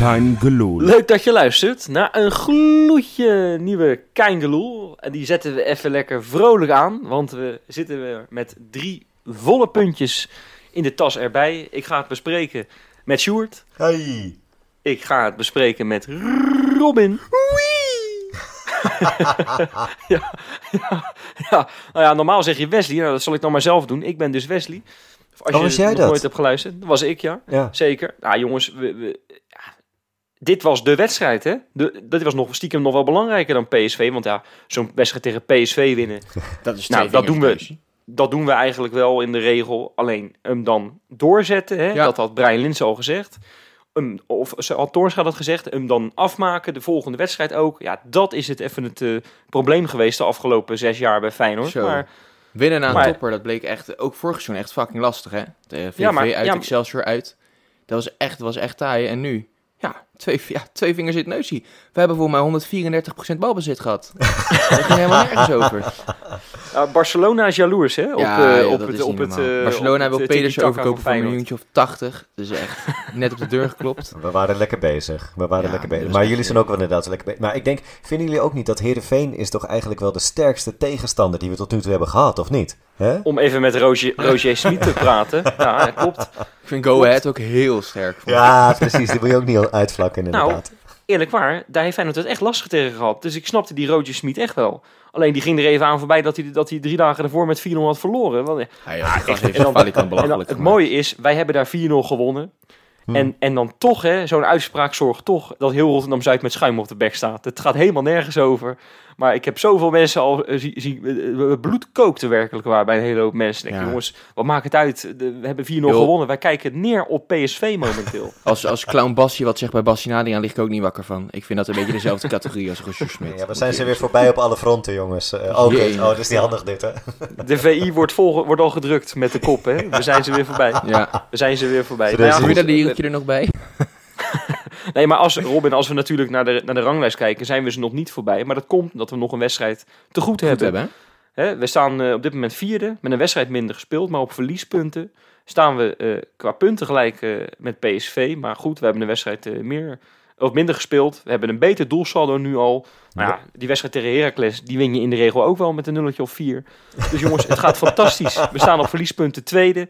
Kein Geloel. Leuk dat je luistert naar een gloedje nieuwe Kein Geloel. En die zetten we even lekker vrolijk aan, want we zitten weer met 3 volle puntjes in de tas erbij. Ik ga het bespreken met Sjoerd. Hey. Ik ga het bespreken met Robin. ja. Nou ja, normaal zeg je Wesley. Nou, dat zal ik dan maar zelf doen. Ik ben dus Wesley. Als was je jij nog dat? nooit hebt geluisterd, dat was ik, ja. Ja. Zeker. Nou jongens, dit was de wedstrijd, hè? Dat was nog stiekem nog wel belangrijker dan PSV. Want ja, zo'n wedstrijd tegen PSV winnen. Dat is Dat doen we eigenlijk wel in de regel. Alleen hem dan doorzetten, hè? Ja. Dat had Brian Linssen al gezegd. Of had Toornstra dat gezegd. Hem dan afmaken, de volgende wedstrijd ook. Ja, dat is het even het probleem geweest de afgelopen 6 jaar bij Feyenoord. Zo. Maar Winnen na een Maar- topper, dat bleek echt, ook vorig seizoen echt fucking lastig, hè? De VV Ja, maar- uit, ja, Excelsior uit. Dat was echt taai. En nu, twee vingers in het neusje. We hebben voor mij 134% balbezit gehad. Daar ging helemaal nergens over. Barcelona is jaloers, hè? Barcelona wil Pedersen tiki-taka overkopen van voor Feyenoord. 1.080. Dus echt net op de deur geklopt. We waren lekker bezig. Ja, Maar dat was jullie echt, zijn ook wel inderdaad lekker bezig. Maar ik denk, vinden jullie ook niet dat Heerenveen is toch eigenlijk wel de sterkste tegenstander die we tot nu toe hebben gehad, of niet? Hè? Om even met Roger Smit te praten. Ja, klopt. Ik vind Go Ahead ook heel sterk. Ja, precies. Die wil je ook niet uitvlakken inderdaad. Eerlijk waar, daar heeft Feyenoord het echt lastig tegen gehad. Dus ik snapte die Roger Smit echt wel. Alleen die ging er even aan voorbij dat hij 3 dagen ervoor met 4-0 had verloren. Want, het mooie is, wij hebben daar 4-0 gewonnen. En dan toch, hè, zo'n uitspraak zorgt toch dat heel Rotterdam-Zuid met schuim op de bek staat. Het gaat helemaal nergens over. Maar ik heb zoveel mensen al zien... bloed kookte werkelijk waar bij een hele hoop mensen. Denk, jongens, wat maakt het uit? We hebben 4-0 gewonnen. Wij kijken neer op PSV momenteel. Als Clown Bassie wat zegt bij Bassie Nading, lig ik ook niet wakker van. Ik vind dat een beetje dezelfde categorie als Roger Smit. Ja, we zijn ze weer voorbij op alle fronten, jongens. Dat is niet handig dit, hè? De VI wordt al gedrukt met de kop, hè? We zijn ze weer voorbij. Ja. We zijn ze weer voorbij. Doe Nou ja, Doe je goed. dat diertje er nog bij? Nee, maar als we natuurlijk naar de ranglijst kijken, zijn we ze nog niet voorbij. Maar dat komt omdat we nog een wedstrijd te goed hebben. Hè, we staan op dit moment 4e, met een wedstrijd minder gespeeld, maar op verliespunten staan we qua punten gelijk met PSV. Maar goed, we hebben een wedstrijd minder gespeeld. We hebben een beter doelsaldo nu al. Nou ja, die wedstrijd tegen Heracles, die win je in de regel ook wel met een 0 of 4. Dus jongens, het gaat fantastisch. We staan op verliespunten 2e.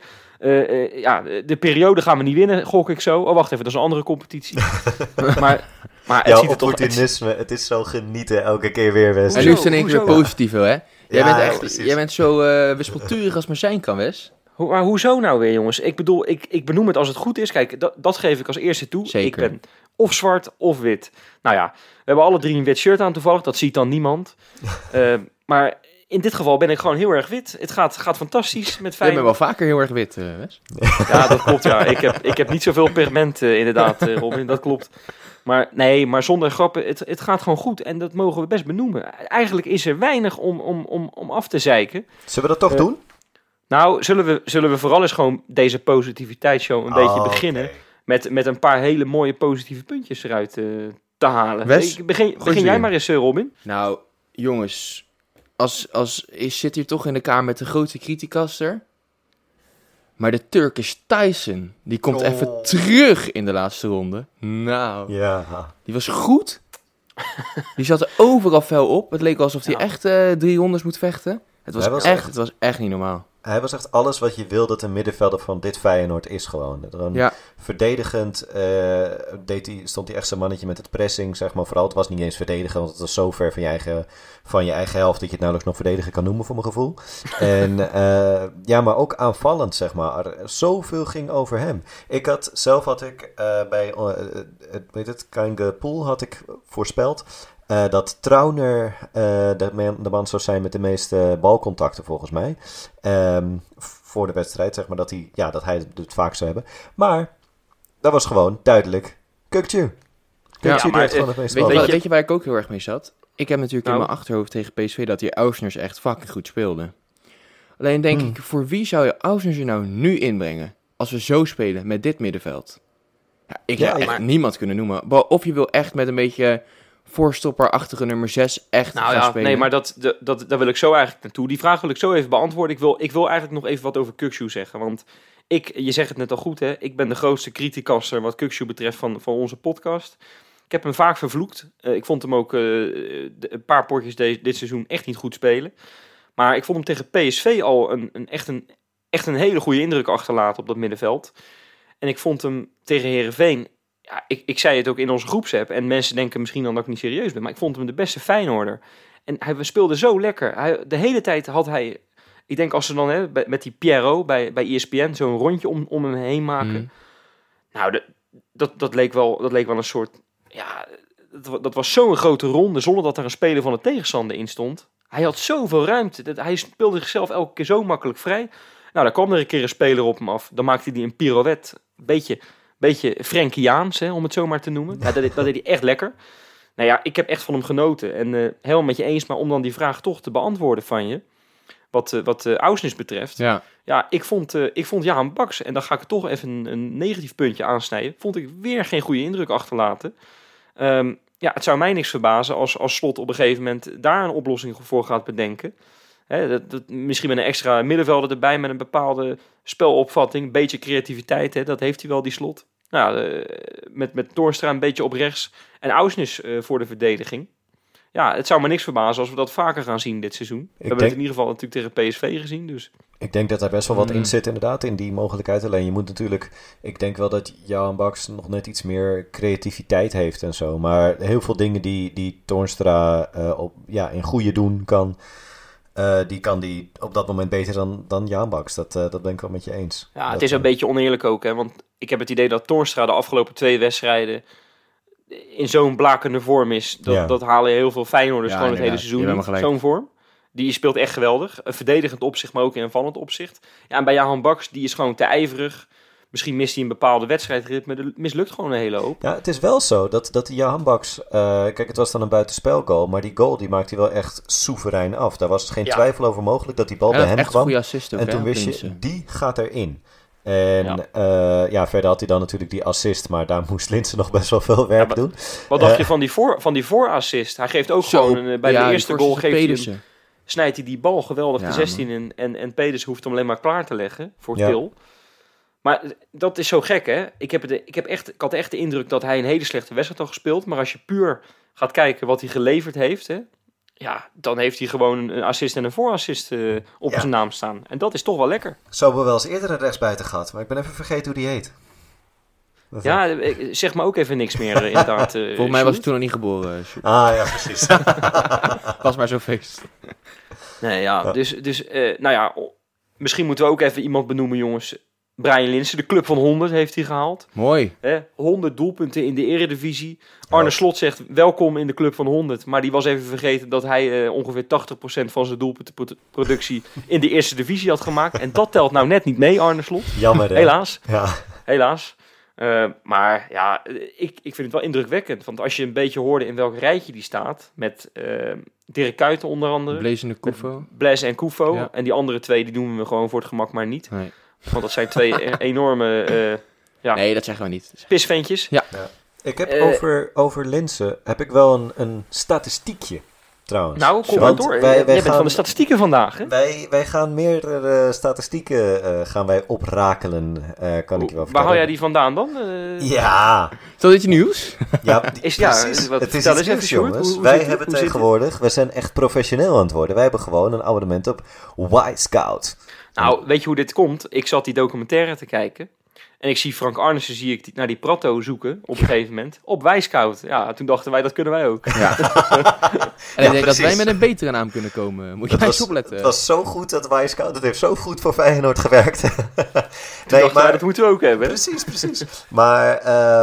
De periode gaan we niet winnen, gok ik zo. Oh, wacht even, dat is een andere competitie. maar het ziet er toch... Het is zo genieten elke keer weer, Wes. En nu is het in één keer weer positief, hè? Jij bent zo wispelturig als maar zijn kan, Wes. Maar hoezo nou weer, jongens? Ik bedoel, ik benoem het als het goed is. Kijk, dat geef ik als eerste toe. Zeker. Ik ben of zwart of wit. Nou ja, we hebben alle 3 een wit shirt aan toevallig. Dat ziet dan niemand. Maar in dit geval ben ik gewoon heel erg wit. Het gaat fantastisch met Jij Feyenoord. bent wel vaker heel erg wit, Wes. Ja, dat klopt, ja. Ik heb niet zoveel pigment inderdaad, Robin. Dat klopt. Maar zonder grappen, het gaat gewoon goed. En dat mogen we best benoemen. Eigenlijk is er weinig om af te zeiken. Zullen we dat toch doen? Nou, zullen we vooral eens gewoon deze positiviteitsshow een beetje beginnen. Met een paar hele mooie positieve puntjes eruit te halen. Wes, Begin jij maar eens, Robin. Nou, jongens, ik zit hier toch in de kamer met de grootste criticaster. Maar de Turkish Tyson, die komt even terug in de laatste ronde. Nou, die was goed. Die zat er overal fel op. Het leek alsof hij echt 3 rondes moet vechten. Het was echt niet normaal. Hij was echt alles wat je wil dat een middenvelder van dit Feyenoord is gewoon. Verdedigend stond hij echt zijn mannetje met het pressing, zeg maar. Vooral, het was niet eens verdedigen, want het was zo ver van je eigen helft dat je het nauwelijks nog verdedigen kan noemen, voor mijn gevoel. En maar ook aanvallend, zeg maar. Zoveel ging over hem. Had ik bij Kange Poel had ik voorspeld dat Trauner de man zou zijn met de meeste balcontacten, volgens mij. Voor de wedstrijd, zeg maar, dat hij het vaak zou hebben. Maar dat was gewoon duidelijk Kökçü. Weet je waar ik ook heel erg mee zat? Ik heb natuurlijk in mijn achterhoofd tegen PSV dat die Ausners echt fucking goed speelde. Alleen denk ik, voor wie zou je Ausners er nou nu inbrengen? Als we zo spelen met dit middenveld. Ja, ik zou echt niemand kunnen noemen. Of je wil echt met een beetje voorstopperachtige nummer 6 echt gaan spelen. Nee, maar daar wil ik zo eigenlijk naartoe. Die vraag wil ik zo even beantwoorden. Ik wil eigenlijk nog even wat over Kökçü zeggen. Want je zegt het net al goed, hè? Ik ben de grootste criticaster wat Kukçu betreft van onze podcast. Ik heb hem vaak vervloekt. Ik vond hem ook een paar potjes dit seizoen echt niet goed spelen. Maar ik vond hem tegen PSV al echt een hele goede indruk achterlaten op dat middenveld. En ik vond hem tegen Heerenveen... Ja, ik zei het ook in onze groepsapp. En mensen denken misschien dan dat ik niet serieus ben. Maar ik vond hem de beste Feyenoorder. En hij speelde zo lekker. De hele tijd had hij... Ik denk als ze dan met die Pierrot bij ESPN zo'n rondje om hem heen maken. Nou, dat leek wel een soort... Ja, dat was zo'n grote ronde zonder dat er een speler van de tegenstander in stond. Hij had zoveel ruimte. Hij speelde zichzelf elke keer zo makkelijk vrij. Nou, daar kwam er een keer een speler op hem af. Dan maakte hij een pirouette. Beetje Frenkiaans, om het zo maar te noemen. Ja, dat deed hij echt lekker. Nou ja, ik heb echt van hem genoten. En helemaal met je eens, maar om dan die vraag toch te beantwoorden van je... Wat Aursnes betreft. Ja, ik vond Jaan Baks, en dan ga ik toch even een negatief puntje aansnijden, vond ik weer geen goede indruk achterlaten. Ja, het zou mij niks verbazen als Slot op een gegeven moment daar een oplossing voor gaat bedenken. Misschien met een extra middenvelder erbij, met een bepaalde spelopvatting, een beetje creativiteit, dat heeft hij wel, die Slot. Nou, met Toornstra een beetje op rechts en Aursnes voor de verdediging. Ja, het zou me niks verbazen als we dat vaker gaan zien dit seizoen. We hebben het in ieder geval natuurlijk tegen PSV gezien. Dus. Ik denk dat daar best wel wat in zit inderdaad, in die mogelijkheid. Alleen je moet natuurlijk... Ik denk wel dat Johan Baks nog net iets meer creativiteit heeft en zo. Maar heel veel dingen die Toornstra in goede doen kan... die kan die op dat moment beter dan Johan Baks. Dat ben ik wel met je eens. Ja, het is een beetje oneerlijk ook. Hè? Want ik heb het idee dat Toornstra de afgelopen 2 wedstrijden... in zo'n blakende vorm is. Dat halen heel veel Feyenoorders gewoon het hele seizoen niet. Zo'n vorm. Die speelt echt geweldig. Een verdedigend opzicht, maar ook in aanvallend opzicht. Ja, en bij Johan Baks, die is gewoon te ijverig. Misschien mist hij een bepaalde wedstrijdritme. Er mislukt gewoon een hele hoop. Ja, het is wel zo dat die Johan Baks... kijk, het was dan een buitenspelgoal. Maar die goal, die maakte hij wel echt soeverein af. Daar was geen twijfel over mogelijk dat die bal bij hem kwam. Goede assist ook, en toen wist je, die gaat erin. En verder had hij dan natuurlijk die assist, maar daar moest Linssen nog best wel veel werk doen. Wat dacht je van die voorassist? Hij geeft ook gewoon bij de eerste goal snijdt hij die bal geweldig de 16 in en Pedersen hoeft hem alleen maar klaar te leggen voor Til. Maar dat is zo gek, hè? Ik had echt de indruk dat hij een hele slechte wedstrijd had gespeeld, maar als je puur gaat kijken wat hij geleverd heeft, hè, ja, dan heeft hij gewoon een assist en een voorassist op zijn naam staan. En dat is toch wel lekker. Zo hebben we wel eens eerder een rechtsbuiten gehad, maar ik ben even vergeten hoe die heet. Ja, zeg maar ook even niks meer inderdaad. Volgens mij was ik toen nog niet geboren. Ja, precies. Was maar zo'n feest. Nee, ja, dus nou ja, misschien moeten we ook even iemand benoemen, jongens. Brian Linssen, de club van 100 heeft hij gehaald. Mooi. 100 doelpunten in de Eredivisie. Arne Slot zegt welkom in de club van 100. Maar die was even vergeten dat hij ongeveer 80% van zijn doelpuntenproductie in de eerste divisie had gemaakt. En dat telt nou net niet mee, Arne Slot. Jammer, hè? Helaas. Ja. Helaas. Maar ja, ik vind het wel indrukwekkend. Want als je een beetje hoorde in welk rijtje die staat. Met Dirk Kuyten onder andere. Blaise en Koufo. Ja. En die andere 2 die doen we gewoon voor het gemak maar niet. Nee. Want dat zijn 2 enorme... nee, dat zeggen we niet. Pisventjes. Ja. Ik heb over Linssen heb ik wel een statistiekje. Trouwens. Nou, kom maar door. Jij bent van de statistieken vandaag, hè? Wij gaan meerdere statistieken gaan wij oprakelen, kan ik je wel vertellen. Waar haal jij die vandaan dan? Ja. Is dat iets nieuws? Ja, precies. Het is iets nieuws, jongens. Wij hebben tegenwoordig, we zijn echt professioneel aan het worden. Wij hebben gewoon een abonnement op Y-Scout. Nou, weet je hoe dit komt? Ik zat die documentaire te kijken. En ik zie Frank Arnissen naar die Prato zoeken op een gegeven moment. Op Wijscout. Ja, toen dachten wij, dat kunnen wij ook. Ja. En ik denk dat wij met een betere naam kunnen komen. Moet je eens opletten. Het was zo goed, dat Wijscout. Dat heeft zo goed voor Feyenoord gewerkt. Maar dat moeten we ook hebben. Precies. Maar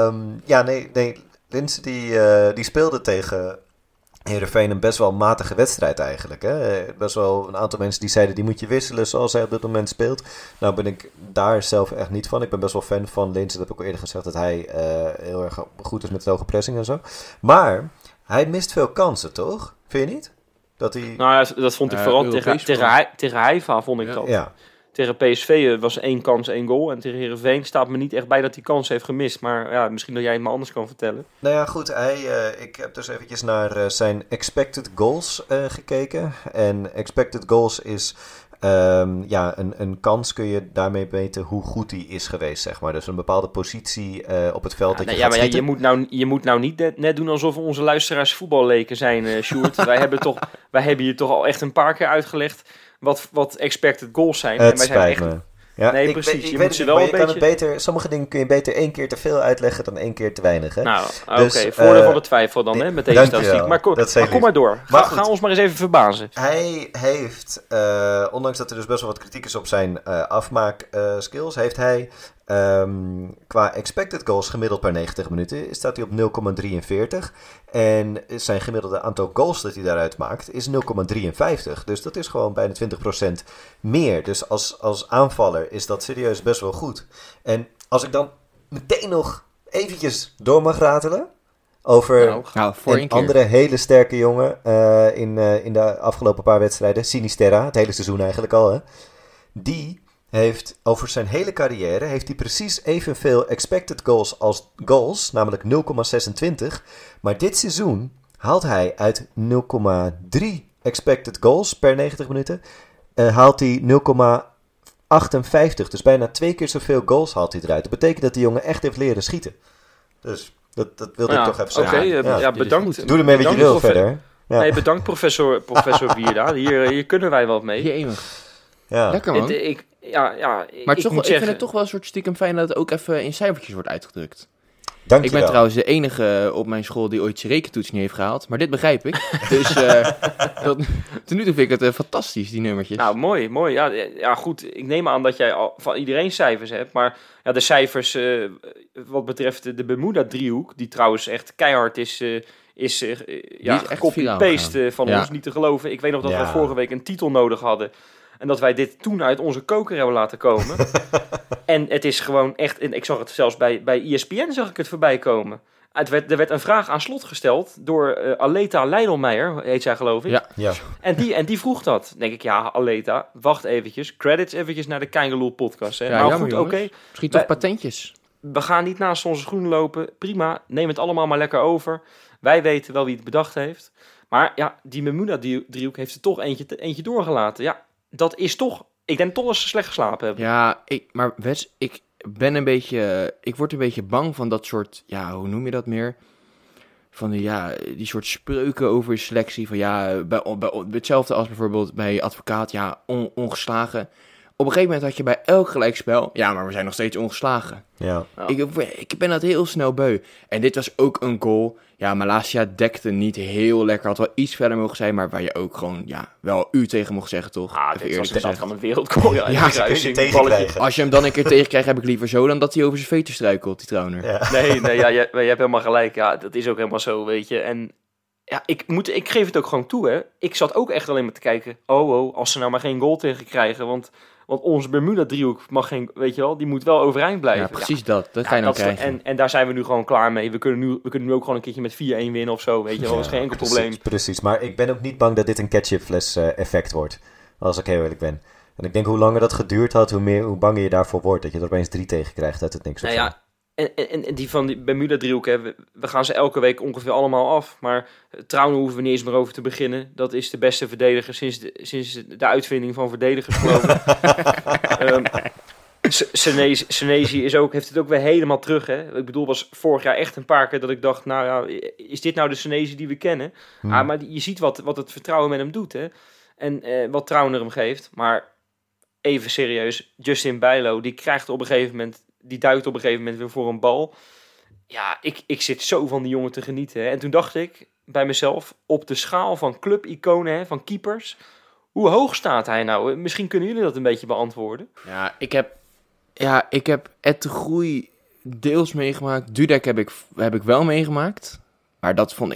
Linssen die speelde tegen Heerenveen een best wel matige wedstrijd eigenlijk. Hè? Best wel een aantal mensen die zeiden, die moet je wisselen zoals hij op dit moment speelt. Nou ben ik daar zelf echt niet van. Ik ben best wel fan van Linssen. Dat heb ik al eerder gezegd, dat hij heel erg goed is met hoge pressing en zo. Maar hij mist veel kansen, toch? Vind je niet? Nou ja, dat vond ik vooral tegen Haifa, vond ik dat. Ja. Tegen PSV was 1 kans, 1 goal. En tegen Heerenveen staat me niet echt bij dat hij kans heeft gemist. Maar ja, misschien dat jij het me anders kan vertellen. Nou ja, goed. Ik heb dus eventjes naar zijn expected goals gekeken. En expected goals is een kans kun je daarmee meten hoe goed die is geweest, zeg maar. Dus een bepaalde positie op het veld dat je gaat schieten. Je moet nou niet net doen alsof onze luisteraars voetballeken zijn, Sjoerd. wij hebben hier toch al echt een paar keer uitgelegd wat expected goals zijn. Het spijt me. Ja, nee, precies. Je moet ze wel een beetje... Sommige dingen kun je beter 1 keer te veel uitleggen dan 1 keer te weinig. Hè? Nou, oké. Voordeel van de twijfel dan, hè, met deze statistiek. Maar kom maar door. Ga ons maar eens even verbazen. Hij heeft, ondanks dat er dus best wel wat kritiek is op zijn afmaakskills, heeft hij qua expected goals gemiddeld per 90 minuten staat hij op 0,43. En zijn gemiddelde aantal goals dat hij daaruit maakt is 0,53. Dus dat is gewoon bijna 20% meer. Dus als aanvaller is dat serieus best wel goed. En als ik dan meteen nog eventjes door mag ratelen over een andere hele sterke jongen in de afgelopen paar wedstrijden. Sinisterra, het hele seizoen eigenlijk al. Hè? Die heeft over zijn hele carrière heeft hij precies evenveel expected goals als goals, namelijk 0,26. Maar dit seizoen haalt hij uit 0,3 expected goals per 90 minuten, haalt hij 0,58. Dus bijna 2 keer zoveel goals haalt hij eruit. Dat betekent dat die jongen echt heeft leren schieten. Dus dat wilde ik toch even zeggen. Oké, bedankt. Doe ermee wat je wil verder. Ja. Nee, bedankt professor Wierda. Hier kunnen wij wat mee. Ja. Lekker, man. Maar ik vind het toch wel een soort stiekem fijn dat het ook even in cijfertjes wordt uitgedrukt. Dank ik ben trouwens de enige op mijn school die ooit zijn rekentoets niet heeft gehaald. Maar dit begrijp ik. Dus ten nu toe vind ik het fantastisch, die nummertjes. Nou, mooi. Ja, goed. Ik neem aan dat jij al van iedereen cijfers hebt. Maar ja, de cijfers wat betreft de Bermuda-driehoek, die trouwens echt keihard is copy-paste van ons niet te geloven. Ik weet nog dat we vorige week een titel nodig hadden. En dat wij dit toen uit onze koker hebben laten komen. En het is gewoon echt... En ik zag het zelfs bij ESPN zag ik het voorbij komen. Er werd een vraag aan Slot gesteld door Aleta Leidelmeijer, heet zij geloof ik. Ja. En die vroeg dat. Dan denk ik, ja, Aleta, wacht eventjes. Credits eventjes naar de Keingeloel podcast. Hè. Ja, maar goed, oké. Misschien toch patentjes. We gaan niet naast onze schoenen lopen. Prima, neem het allemaal maar lekker over. Wij weten wel wie het bedacht heeft. Maar ja, die Bermuda-driehoek heeft er toch eentje doorgelaten. Ja, dat is toch... Ik denk toch dat ze slecht geslapen hebben. Ja, maar Wes, ik word een beetje bang van dat soort... Ja, hoe noem je dat meer? Van die soort spreuken over selectie. Van bij hetzelfde als bijvoorbeeld bij advocaat. Ja, ongeslagen. Op een gegeven moment had je bij elk gelijkspel... Ja, maar we zijn nog steeds ongeslagen. Ja. Ik ben dat heel snel beu. En dit was ook een goal. Ja, Malasia dekte niet heel lekker. Had wel iets verder mogen zijn, maar waar je ook gewoon wel u tegen mocht zeggen, toch? Dit was dat van een wereldgoal. Als je hem dan een keer tegenkrijgt, heb ik liever zo dan dat hij over zijn veten struikelt, die Trauner. Ja. Nee, je hebt helemaal gelijk. Ja, dat is ook helemaal zo, weet je. En ja, ik geef het ook gewoon toe, hè. Ik zat ook echt alleen maar te kijken. Als ze nou maar geen goal tegen krijgen, want onze Bermuda-driehoek mag geen, weet je wel, die moet wel overeind blijven. Ja, precies dat. Dat ga je dan krijgen. En daar zijn we nu gewoon klaar mee. We kunnen nu ook gewoon een keertje met 4-1 winnen of zo, weet je wel. Dat is geen enkel probleem. Precies, maar ik ben ook niet bang dat dit een ketchupfles effect wordt. Als ik heel eerlijk ben. En ik denk hoe langer dat geduurd had, hoe banger je daarvoor wordt. Dat je er opeens 3 tegen krijgt uit het niks. En die van die Bermuda-driehoek, hè, we gaan ze elke week ongeveer allemaal af. Maar Trauner hoeven we niet eens meer over te beginnen. Dat is de beste verdediger sinds de uitvinding van verdedigers, geloof ik. Senesi heeft het ook weer helemaal terug. Hè? Ik bedoel, was vorig jaar echt een paar keer dat ik dacht... Nou ja, is dit nou de Senesi die we kennen? Maar je ziet wat het vertrouwen met hem doet. Hè? En wat Trauner hem geeft. Maar even serieus, Justin Bijlo, die duikt op een gegeven moment weer voor een bal. Ja, ik zit zo van die jongen te genieten. Hè. En toen dacht ik bij mezelf, op de schaal van clubiconen, van keepers, hoe hoog staat hij nou? Misschien kunnen jullie dat een beetje beantwoorden. Ja, ik heb Ed de Groei deels meegemaakt. Dudek heb ik wel meegemaakt. Maar dat vond ik,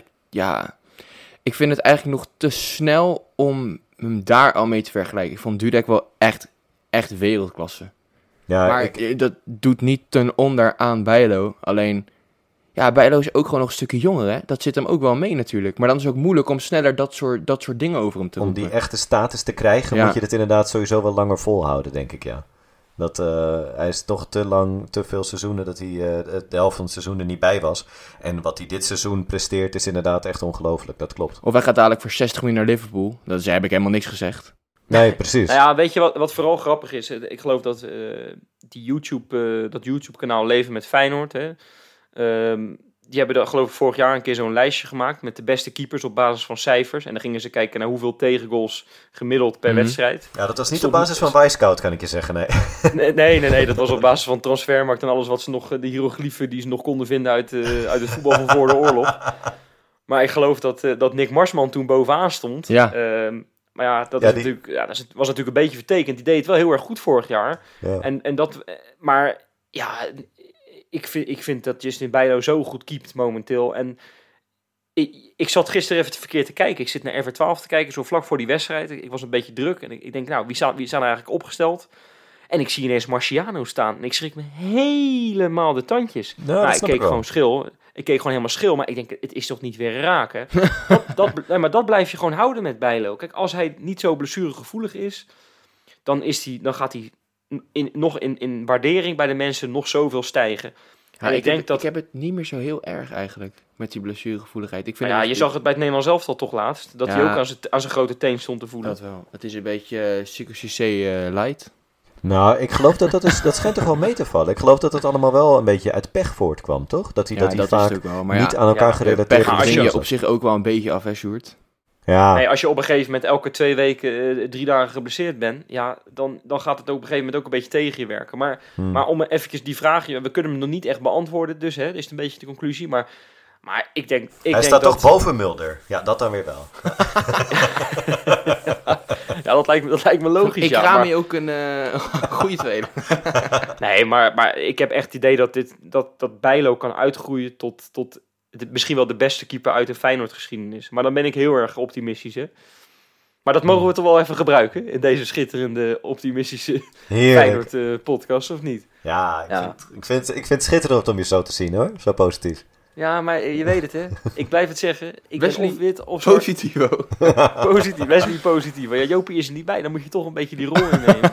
ik vind het eigenlijk nog te snel om hem daar al mee te vergelijken. Ik vond Dudek wel echt wereldklasse. Ja, maar dat doet niet ten onder aan Bijlo. Alleen, Bijlo is ook gewoon nog een stukje jonger, hè? Dat zit hem ook wel mee natuurlijk. Maar dan is het ook moeilijk om sneller dat soort dingen over hem te roepen. Om die echte status te krijgen, moet je het inderdaad sowieso wel langer volhouden, denk ik, ja. Dat hij is toch te veel seizoenen dat hij de helft van het seizoen er niet bij was. En wat hij dit seizoen presteert is inderdaad echt ongelooflijk, dat klopt. Of hij gaat dadelijk voor 60 miljoen naar Liverpool. Dat heb ik helemaal niks gezegd. Nee, precies. Nou ja, weet je wat vooral grappig is? Ik geloof dat dat YouTube-kanaal Leven met Feyenoord... Hè, die hebben geloof ik vorig jaar een keer zo'n lijstje gemaakt... met de beste keepers op basis van cijfers. En dan gingen ze kijken naar hoeveel tegengoals gemiddeld per wedstrijd. Ja, dat was niet op basis van Wisecout, kan ik je zeggen, nee. Nee. Dat was op basis van Transfermarkt en alles wat ze nog... de hieroglyphen die ze nog konden vinden uit het voetbal van voor de oorlog. Maar ik geloof dat Nick Marsman toen bovenaan stond. Ja. Maar ja, dat was natuurlijk een beetje vertekend. Die deed het wel heel erg goed vorig jaar. Ja. Maar ja, ik vind dat Justin Bijlo zo goed keept momenteel. En ik zat gisteren even verkeerd te kijken. Ik zit naar R12 te kijken, zo vlak voor die wedstrijd. Ik was een beetje druk. En ik denk, nou, wie staan er eigenlijk opgesteld? En ik zie ineens Marciano staan. En ik schrik me helemaal de tandjes. Nou, ik keek gewoon schil. Ik keek gewoon helemaal schil, maar ik denk, het is toch niet weer raak, hè? Maar dat blijf je gewoon houden met Bijlo. Kijk, als hij niet zo blessuregevoelig is, dan gaat hij in waardering bij de mensen nog zoveel stijgen. Ja, ik heb het niet meer zo heel erg eigenlijk, met die blessuregevoeligheid. Je zag het bij het Nederlands elftal toch laatst, dat hij ook aan zijn grote teen stond te voelen. Dat wel. Het is een beetje Chico Cissé light. Nou, ik geloof dat schijnt toch wel mee te vallen. Ik geloof dat het allemaal wel een beetje uit pech voortkwam, toch? Dat hij vaak niet aan elkaar gerelateerd is. Pech breng je op zich ook wel een beetje af, hè, Sjoerd? Ja. Nee, als je op een gegeven moment elke 2 weken 3 dagen geblesseerd bent, ja, dan gaat het op een gegeven moment ook een beetje tegen je werken. Maar om eventjes die vraag, we kunnen hem nog niet echt beantwoorden, dus hè, is een beetje de conclusie. Maar ik denk hij staat toch boven Mulder? Ja, dat dan weer wel. Ja, dat lijkt me logisch. Ik raam je ook een goede tweede. Nee, maar ik heb echt het idee dat Bijlo kan uitgroeien tot misschien wel de beste keeper uit de Feyenoord-geschiedenis. Maar dan ben ik heel erg optimistisch, hè. Maar dat mogen we toch wel even gebruiken in deze schitterende, optimistische Feyenoord-podcast, of niet? Ja, ik vind het schitterend om je zo te zien, hoor. Zo positief. Ja, maar je weet het, hè. Ik blijf het zeggen. Ik Wesley, ben of wit of zwart. Positivo. Wesley positivo. Ja, Jopie is er niet bij, dan moet je toch een beetje die rol innemen.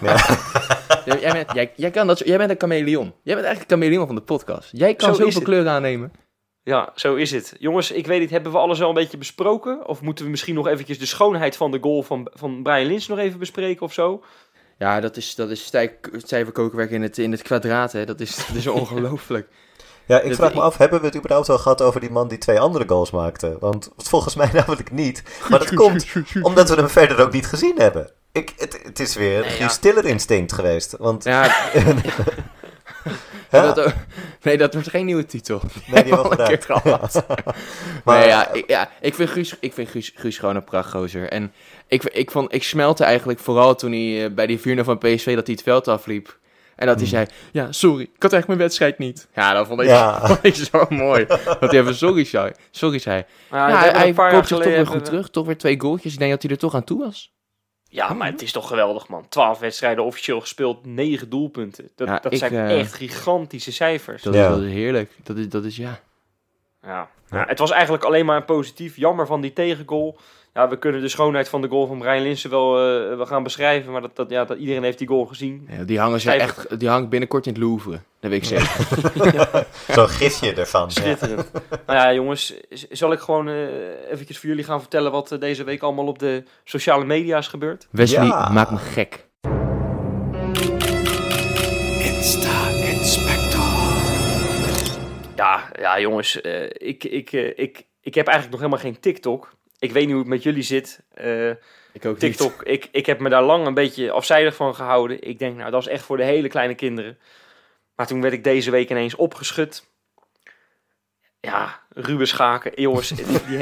Ja. Jij bent een chameleon. Jij bent eigenlijk een chameleon van de podcast. Jij kan zoveel kleuren aannemen. Ja, zo is het. Jongens, ik weet niet, hebben we alles wel een beetje besproken? Of moeten we misschien nog eventjes de schoonheid van de goal van Brian Lins nog even bespreken of zo? Ja, dat is cijferkokenwerk in het kwadraat, hè. Dat is ongelooflijk. Ja, ik vraag me af, hebben we het überhaupt wel gehad over die man die 2 andere goals maakte? Want volgens mij namelijk niet. Maar dat komt omdat we hem verder ook niet gezien hebben. Het is weer een stiller instinct geweest. Want... Ja... Nee, dat wordt geen nieuwe titel. Nee, die hebben we al gehad. Maar ik vind Guus gewoon een prachtgozer. En ik smelte eigenlijk vooral toen hij bij die 4-0 van PSV dat hij het veld afliep. En dat hij zei, ja, sorry, ik had echt mijn wedstrijd niet. Ja, dat vond ik zo mooi. Dat hij even sorry zei. Hij koopt zich toch weer goed terug. Toch weer 2 goaltjes. Ik denk dat hij er toch aan toe was. Ja, maar het is toch geweldig, man. 12 wedstrijden officieel gespeeld, 9 doelpunten. Dat zijn echt gigantische cijfers. Dat is heerlijk. Dat is ja. Ja, het was eigenlijk alleen maar positief. Jammer van die tegengoal. Ja, we kunnen de schoonheid van de goal van Brian Linssen wel gaan beschrijven. Maar dat iedereen heeft die goal gezien. Ja, die hangt binnenkort in het Louvre. Dat weet ik zeker. Zo'n gifje ervan. Schitterend. Nou ja, jongens. Zal ik gewoon eventjes voor jullie gaan vertellen wat deze week allemaal op de sociale media is gebeurd? Wesley, maak me gek. Insta-inspector. Ja, jongens. Ik heb eigenlijk nog helemaal geen TikTok. Ik weet niet hoe het met jullie zit. Ik ook TikTok, niet. Ik heb me daar lang een beetje afzijdig van gehouden. Ik denk, nou, dat is echt voor de hele kleine kinderen. Maar toen werd ik deze week ineens opgeschud. Ja, Ruben Schaken, jongens, die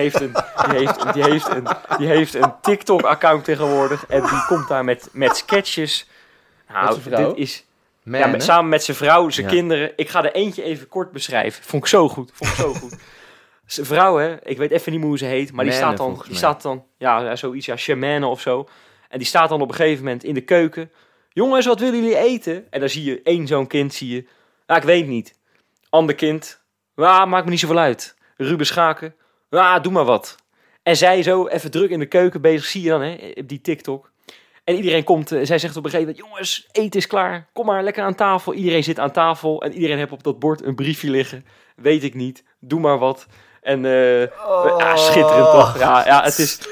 heeft een TikTok-account tegenwoordig. En die komt daar met sketches. Nou, dit is... samen met zijn vrouw, zijn kinderen. Ik ga er eentje even kort beschrijven. Vond ik zo goed. Zijn vrouw, hè, ik weet even niet meer hoe ze heet, maar die staat dan, zoiets, Charmaine of zo. En die staat dan op een gegeven moment in de keuken. Jongens, wat willen jullie eten? En dan zie je één zo'n kind, ik weet niet. Ander kind, maakt me niet zoveel uit. Ruben Schaken, doe maar wat. En zij zo even druk in de keuken bezig, zie je dan, hè, op die TikTok. En iedereen komt, zij zegt op een gegeven moment, jongens, eten is klaar. Kom maar lekker aan tafel. Iedereen zit aan tafel en iedereen heeft op dat bord een briefje liggen. Weet ik niet, doe maar wat. En schitterend toch? Ja,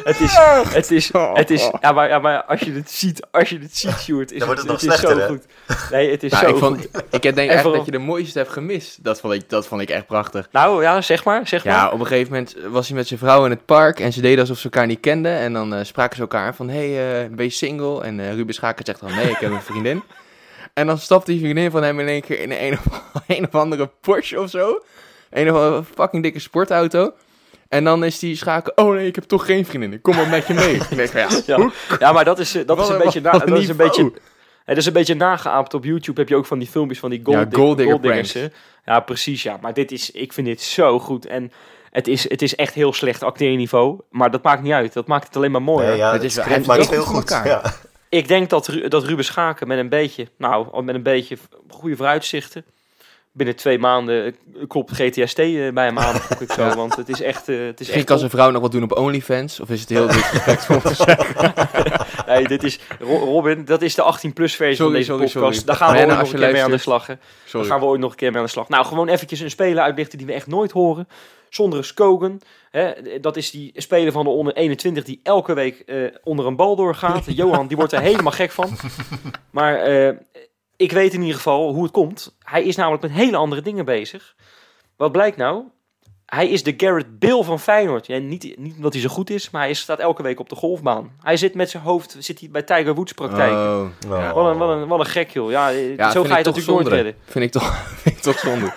het is. Maar als je het ziet, Sjoerd, is het nog slechter, zo goed. Nee, het is zo goed. Ik denk echt dat je de mooiste hebt gemist. Dat vond ik echt prachtig. Nou ja, zeg maar. Ja, op een gegeven moment was hij met zijn vrouw in het park en ze deden alsof ze elkaar niet kenden. En dan spraken ze elkaar van, ben je single? En Ruben Schaken zegt dan, nee, ik heb een vriendin. En dan stapt die vriendin van hem in één keer in een of andere Porsche of zo. Een of andere fucking dikke sportauto. En dan is die Schaken, oh nee, ik heb toch geen vriendin. Kom maar met je mee. Ik denk, ja, maar dat is een beetje... Het is een beetje nageaapt. Op YouTube heb je ook van die filmpjes van die golddiggers. Ja, precies, ja. Maar ik vind dit zo goed. En het is echt heel slecht acteerniveau. Maar dat maakt niet uit. Dat maakt het alleen maar mooier. Ja, het maakt heel goed. Ja. Ik denk dat Ruben Schaken met een beetje goede vooruitzichten... Binnen 2 maanden klopt GTST bij hem aan, gok ik zo. Ja. Want het is echt... Misschien kan zijn vrouw nog wat doen op OnlyFans? Of is het heel disrespectvol om te zeggen? Nee, dit is... Robin, dat is de 18-plus versie van deze podcast. Sorry. Daar gaan we ooit nog een keer mee aan de slag. Daar gaan we ooit nog een keer mee aan de slag. Nou, gewoon eventjes een speler uitlichten die we echt nooit horen. Sondre Skogen. Dat is die speler van de onder 21 die elke week onder een bal doorgaat. Johan, die wordt er helemaal gek van. Maar... ik weet in ieder geval hoe het komt. Hij is namelijk met hele andere dingen bezig. Wat blijkt nou? Hij is de Gareth Bale van Feyenoord. Ja, niet omdat hij zo goed is, maar hij staat elke week op de golfbaan. Hij zit met zijn hoofd bij Tiger Woods praktijk. Ja. Wat een gek, joh. Ja, zo ga je het natuurlijk nooit redden. Vind ik toch zonde.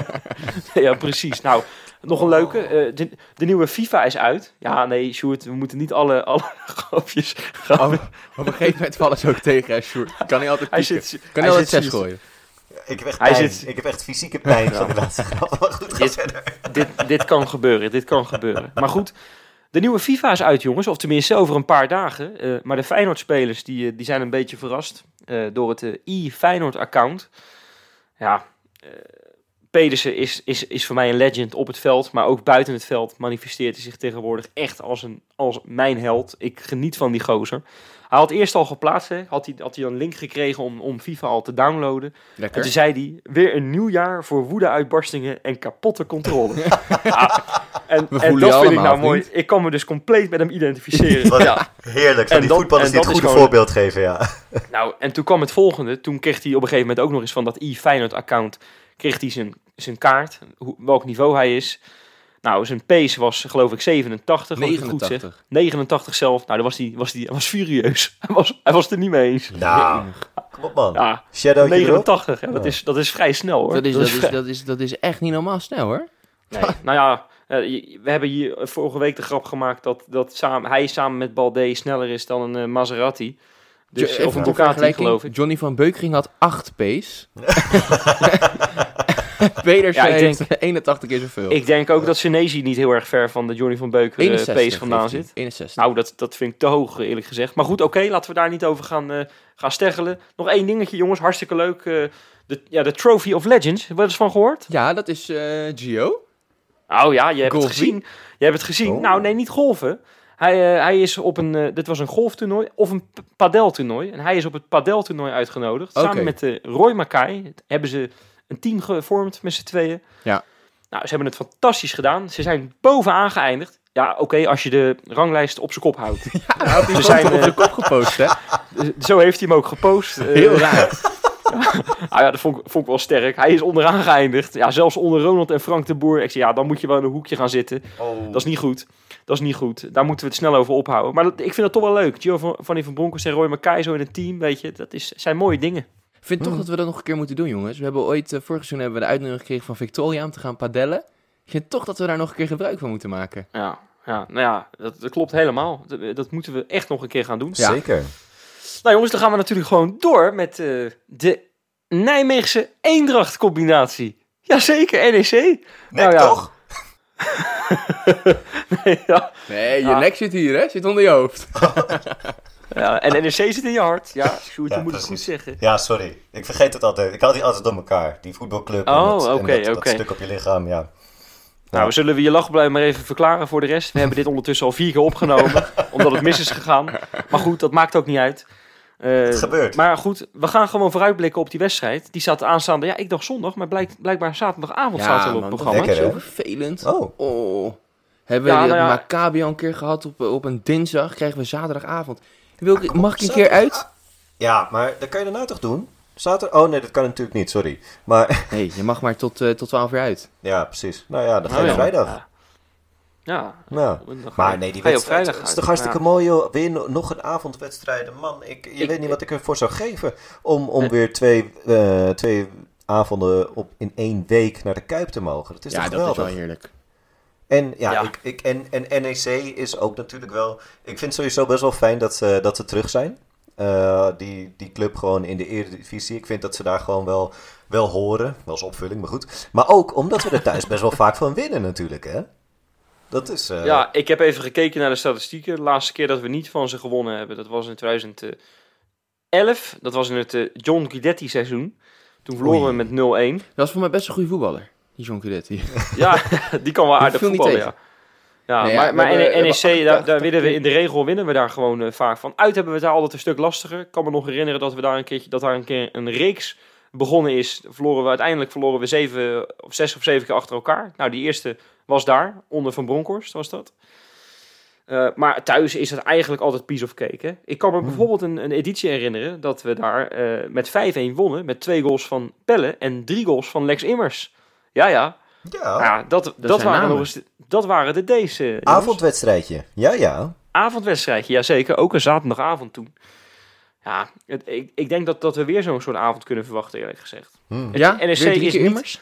Ja, precies. Nou, nog een leuke. De nieuwe FIFA is uit. Ja, nee, Sjoerd, we moeten niet alle grapjes gaan. Op een gegeven moment vallen ze ook tegen, Sjoerd. Kan hij altijd pieken. Kan hij altijd 6 gooien. Ik heb echt pijn. Ik heb echt fysieke pijn van de laatste grap. Maar goed, dit kan gebeuren. Maar goed, de nieuwe FIFA is uit, jongens. Of tenminste over een paar dagen. Maar de Feyenoord-spelers die zijn een beetje verrast door het e-Feyenoord-account. Ja, Pedersen is voor mij een legend op het veld, maar ook buiten het veld manifesteert hij zich tegenwoordig echt als mijn held. Ik geniet van die gozer. Hij had eerst al geplaatst, had hij een link gekregen om FIFA al te downloaden. Lekker. En toen zei hij, weer een nieuw jaar voor woede-uitbarstingen en kapotte controle. En dat vind ik nou mooi. Ik kan me dus compleet met hem identificeren. Ja. Heerlijk, van die voetballers die het goede voorbeeld geven, ja. Nou, en toen kwam het volgende. Toen kreeg hij op een gegeven moment ook nog eens van dat e-Feyenoord-account... kreeg hij zijn kaart, welk niveau hij is. Nou, zijn pace was geloof ik 87. 89. Goed 89 zelf. Nou, hij was furieus. Hij was het er niet mee eens. Nou, kom op man. Ja, 89, ja, dat is vrij snel hoor. Dat is echt niet normaal snel hoor. Nee, nou ja, we hebben hier vorige week de grap gemaakt dat hij samen met Balde sneller is dan een Maserati. Dus, of een Ducati, geloof ik. Johnny van Beukering had 8 pace. Pedersen heeft 81 keer zoveel. Ik denk ook dat Senesi niet heel erg ver van de Johnny van Beukering pace vandaan zit. 61. Nou, dat vind ik te hoog, eerlijk gezegd. Maar goed, oké, laten we daar niet over gaan steggelen. Nog 1 dingetje, jongens. Hartstikke leuk. De Trophy of Legends. Heb je er eens van gehoord? Ja, dat is Gio. Oh ja, je hebt het gezien. Je hebt het gezien. Oh. Nou, nee, niet golven. Hij is op dit was een golftoernooi of een padeltoernooi. En hij is op het padeltoernooi uitgenodigd. Samen met Roy Mackay hebben ze een team gevormd met z'n tweeën. Ja. Nou, ze hebben het fantastisch gedaan. Ze zijn bovenaan geëindigd. Ja, oké, als je de ranglijst op zijn kop houdt. Ja, had hij zijn op zijn kop gepost, hè? Zo heeft hij hem ook gepost. Heel raar. Ja, dat vond ik wel sterk. Hij is onderaan geëindigd. Ja, zelfs onder Ronald en Frank de Boer. Ik zei, ja, dan moet je wel in een hoekje gaan zitten. Oh. Dat is niet goed. Daar moeten we het snel over ophouden. Maar ik vind dat toch wel leuk. Gio van Bronckhorst en Roy Mackay zo in een team, weet je. Zijn mooie dingen. Ik vind toch dat we dat nog een keer moeten doen, jongens. We hebben ooit, vorig seizoen hebben we de uitnodiging gekregen van Victoria om te gaan padellen. Ik vind toch dat we daar nog een keer gebruik van moeten maken. Ja, nou ja, dat klopt helemaal. Dat moeten we echt nog een keer gaan doen. Ja. Zeker. Nou jongens, dan gaan we natuurlijk gewoon door met de Nijmeegse Eendracht combinatie. Jazeker, NEC. Toch? Nee, je nek zit hier, hè? Zit onder je hoofd. Ja, en NEC zit in je hart. Ja, Sjoerd, je moet het goed zeggen. Ja, sorry. Ik vergeet het altijd. Ik haal die altijd door elkaar. Die voetbalclub dat stuk op je lichaam, ja. Nou, zullen we je lachblij maar even verklaren voor de rest. We hebben dit ondertussen al 4 keer opgenomen, omdat het mis is gegaan. Maar goed, dat maakt ook niet uit. Het gebeurt. Maar goed, we gaan gewoon vooruitblikken op die wedstrijd. Die staat aanstaande, ik dacht zondag, maar blijkbaar zaterdagavond staat er op het programma. Dat is zo vervelend. Hebben we Maccabi al een keer gehad op een dinsdag, krijgen we zaterdagavond. Mag ik een keer uit? Ja, maar dat kan je daarna toch doen? Zaterdag? Oh nee, dat kan natuurlijk niet, sorry. Maar... Nee, je mag maar tot 12 uur uit. Ja, precies. Nou ja, dan ga je vrijdag. Ja. Maar nee, die wedstrijd is toch hartstikke mooi, joh. Weer nog een avondwedstrijden. Man, je weet niet wat ik ervoor zou geven om weer twee avonden in 1 week naar de Kuip te mogen. Dat is toch geweldig? Dat is wel heerlijk. En en NEC is ook natuurlijk wel... Ik vind het sowieso best wel fijn dat ze terug zijn. Die club gewoon in de Eredivisie. Ik vind dat ze daar gewoon wel horen. Wel als opvulling, maar goed. Maar ook omdat we er thuis best wel vaak van winnen natuurlijk, hè? Dat is... Ja, ik heb even gekeken naar de statistieken. De laatste keer dat we niet van ze gewonnen hebben, dat was in 2011. Dat was in het John Guidetti seizoen. Toen verloren we met 0-1. Dat was voor mij best een goede voetballer, die John Guidetti. Ja, die kan wel aardig voetballen, ja. Ja, maar NEC, daar winnen we in de regel winnen we daar gewoon vaak van. Uit hebben we het daar altijd een stuk lastiger. Ik kan me nog herinneren dat daar een keer een reeks begonnen is. Uiteindelijk verloren we 6 of 7 keer achter elkaar. Nou, die eerste was daar, onder Van Bronckhorst was dat. Maar thuis is het eigenlijk altijd piece of cake. Hè? Ik kan me bijvoorbeeld een editie herinneren dat we daar met 5-1 wonnen. Met 2 goals van Pelle en 3 goals van Lex Immers. Ja, dat waren de D's. Avondwedstrijdje, ja. Avondwedstrijdje, ja zeker. Ook een zaterdagavond toen. Ja, ik denk dat we weer zo'n soort avond kunnen verwachten, eerlijk gezegd. Ja, NEC is Immers?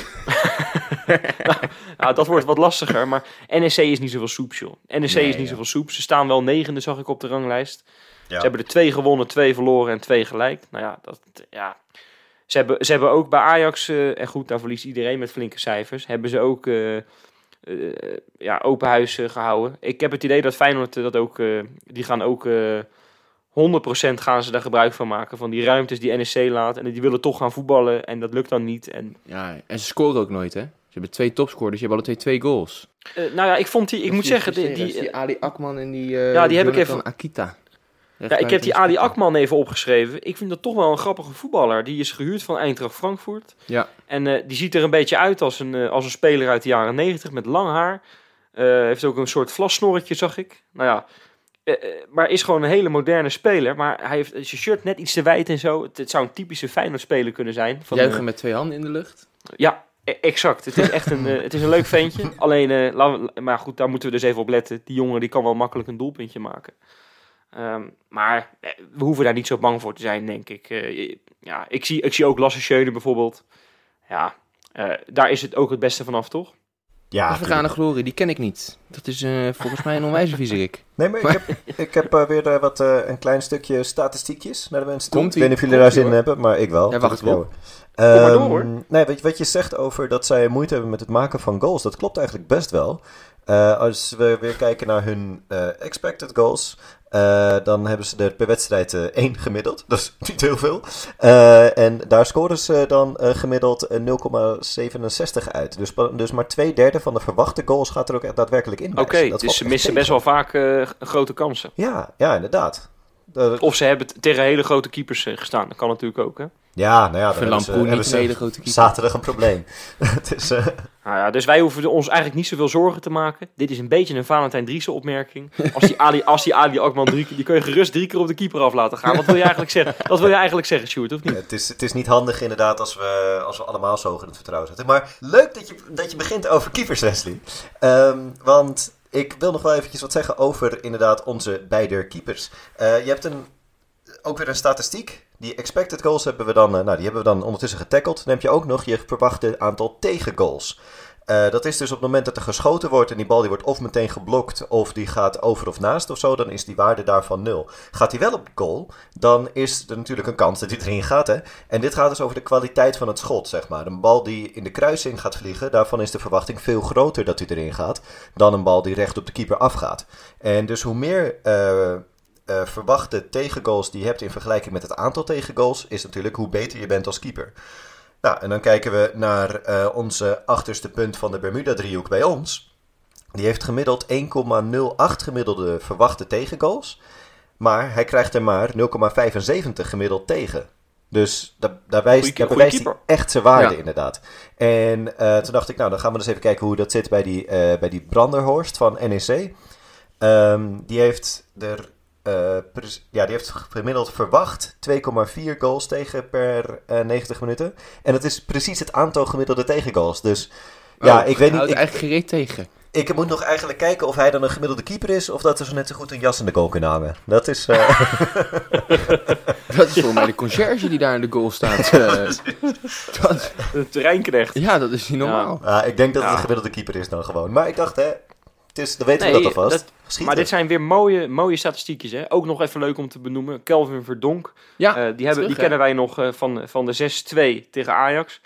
Nou, dat wordt wat lastiger, maar NEC is niet zoveel soeps, joh. NEC is niet zoveel soeps. Ze staan wel 9e, zag ik op de ranglijst. Ja. Ze hebben er 2 gewonnen, 2 verloren en 2 gelijk. Nou ja, Ze hebben ook bij Ajax, en goed, daar verliest iedereen met flinke cijfers, hebben ze ook open huis gehouden. Ik heb het idee dat Feyenoord dat ook, die gaan ook 100% gaan ze daar gebruik van maken. Van die ruimtes die NEC laat. En die willen toch gaan voetballen en dat lukt dan niet. En ze scoren ook nooit, hè? Ze hebben 2 topscorers, je hebt alle 2 goals. Ik moet zeggen... Die Ali Akman en die die heb ik even... Akita. Ja, ik heb die Ali Akman even opgeschreven. Ik vind dat toch wel een grappige voetballer. Die is gehuurd van Eintracht Frankfurt. Ja. En die ziet er een beetje uit als een speler uit de jaren 90 met lang haar. Heeft ook een soort vlassnorretje, zag ik. Nou ja, maar is gewoon een hele moderne speler. Maar hij heeft zijn shirt net iets te wijd en zo. Het zou een typische Feyenoord-speler kunnen zijn. Juichen met 2 handen in de lucht? Ja, exact. Het is echt een leuk ventje. Alleen, maar goed, daar moeten we dus even op letten. Die jongen die kan wel makkelijk een doelpuntje maken. Maar we hoeven daar niet zo bang voor te zijn, denk ik. Ik zie ook Lasse Schöne bijvoorbeeld. Ja, daar is het ook het beste vanaf, toch? Ja, Vergane Glorie, die ken ik niet. Dat is volgens mij een onwijze viezerik. Nee, maar ik heb weer een klein stukje statistiekjes naar de mensen toe. Ik weet niet of jullie daar zin in hebben, maar ik wel. Ja, wacht wel. Kom maar door, hoor. Nee, wat je zegt over dat zij moeite hebben met het maken van goals, dat klopt eigenlijk best wel. Als we weer kijken naar hun expected goals, dan hebben ze er per wedstrijd 1 gemiddeld. Dat is niet heel veel. En daar scoren ze dan gemiddeld 0,67 uit. Dus maar 2/3 van de verwachte goals gaat er ook echt daadwerkelijk in. Oké, dus ze missen best wel vaak grote kansen. Ja, inderdaad. Of ze hebben tegen hele grote keepers gestaan. Dat kan natuurlijk ook, hè? Ja, nou ja, dan hebben ze een hele grote keeper. Zaterdag een probleem. Dus wij hoeven ons eigenlijk niet zoveel zorgen te maken. Dit is een beetje een Valentijn Driessen opmerking. Als die Ali Akman die kun je gerust 3 keer op de keeper af laten gaan. Wat wil je eigenlijk zeggen? Dat wil je eigenlijk zeggen, Sjoerd, of niet? Het is niet handig inderdaad als we allemaal zo in het vertrouwen zetten. Maar leuk dat je begint over keepers, Wesley. Want ik wil nog wel eventjes wat zeggen over inderdaad onze beide keepers. Je hebt ook weer een statistiek. Die expected goals hebben we dan ondertussen getackled. Dan heb je ook nog je verwachte aantal tegengoals. Dat is dus op het moment dat er geschoten wordt en die bal die wordt of meteen geblokt of die gaat over of naast of zo, dan is die waarde daarvan 0. Gaat hij wel op goal, dan is er natuurlijk een kans dat hij erin gaat. Hè? En dit gaat dus over de kwaliteit van het schot, zeg maar. Een bal die in de kruising gaat vliegen, daarvan is de verwachting veel groter dat hij erin gaat dan een bal die recht op de keeper afgaat. En dus hoe meer verwachte tegengoals die je hebt in vergelijking met het aantal tegengoals, is natuurlijk hoe beter je bent als keeper. Nou, en dan kijken we naar onze achterste punt van de Bermuda-driehoek bij ons. Die heeft gemiddeld 1,08 gemiddelde verwachte tegengoals. Maar hij krijgt er maar 0,75 gemiddeld tegen. Dus daar bewijst hij echt zijn waarde inderdaad. En toen dacht ik, nou, dan gaan we eens even kijken hoe dat zit bij die Branderhorst van NEC. Die heeft gemiddeld verwacht 2,4 goals tegen per 90 minuten. En dat is precies het aantal gemiddelde tegengoals. Dus ik weet niet. Eigenlijk gereed tegen. Ik moet nog eigenlijk kijken of hij dan een gemiddelde keeper is, of dat er zo net zo goed een jas in de goal kunnen hangen. Dat is... dat is voor mij de conciërge die daar in de goal staat. Een terreinknecht. Ja, dat is niet normaal. Ja, ik denk dat het een gemiddelde keeper is dan gewoon. Maar ik dacht, dan weten we dat alvast. Maar dit zijn weer mooie statistiekjes. Hè? Ook nog even leuk om te benoemen. Kelvin Verdonk. Ja, die kennen wij nog van de 6-2 tegen Ajax.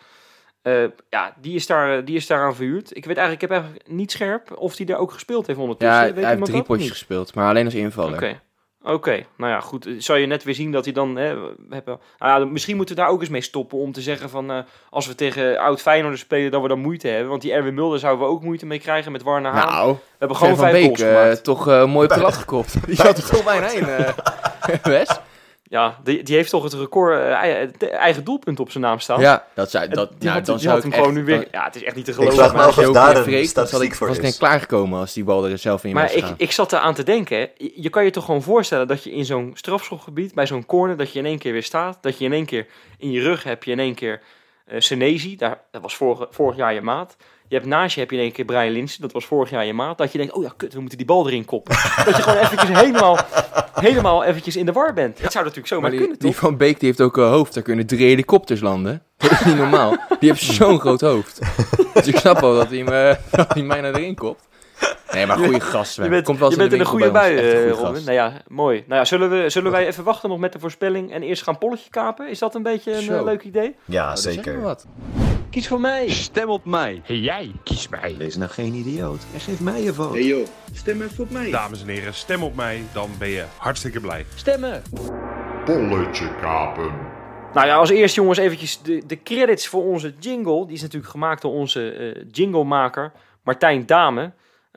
Die is daar aan verhuurd. Ik heb eigenlijk niet scherp of hij daar ook gespeeld heeft ondertussen. Ja, hij heeft 3 potjes gespeeld, maar alleen als invaller. Oké. Nou ja, goed. Zou je net weer zien dat hij dan... misschien moeten we daar ook eens mee stoppen om te zeggen van... als we tegen oud Feyenoord spelen, dat we dan moeite hebben. Want die Erwin Mulder zouden we ook moeite mee krijgen met Warner Haan. Nou, we hebben gewoon 5 goals gemaakt. Toch mooi op de lat gekopt. Die zat er toch bijna in, Wes? Ja, die heeft toch het record eigen doelpunt op zijn naam staan. Ja, dan zou ik hem gewoon nu weer... Ja, het is echt niet te geloven. Ik vraag me af of daar een statistiek voor is. Was ik klaargekomen als die bal er zelf in was gegaan. Maar ik zat eraan te denken. Je kan je toch gewoon voorstellen dat je in zo'n strafschopgebied, bij zo'n corner, dat je in één keer weer staat. Dat je in één keer in je rug heb je in één keer Senesi. Dat was vorig jaar je maat. Je hebt naast je in één keer Brian Linssen. Dat was vorig jaar je maat. Dat je denkt, we moeten die bal erin koppen. Dat je gewoon eventjes helemaal eventjes in de war bent. Dat zou natuurlijk zomaar kunnen, toch? Die Van Beek die heeft ook een hoofd. Daar kunnen 3 helikopters landen. Dat is niet normaal. Die heeft zo'n groot hoofd. Dus ik snap wel dat hij mij naar erin kopt. Nee, maar goede gast. Je bent in een goede bui, Robin. Nou ja, mooi. Nou ja, zullen wij even wachten nog met de voorspelling en eerst gaan polletje kapen? Is dat een beetje een leuk idee? Ja, zeker. Wat. Kies voor mij. Stem op mij. Hey, jij, kies mij. Wees nou geen idioot en geef mij je vote. Hey joh, stem even op mij. Dames en heren, stem op mij, dan ben je hartstikke blij. Stemmen. Polletje kapen. Nou ja, als eerst jongens eventjes de credits voor onze jingle. Die is natuurlijk gemaakt door onze jinglemaker Martijn Dame.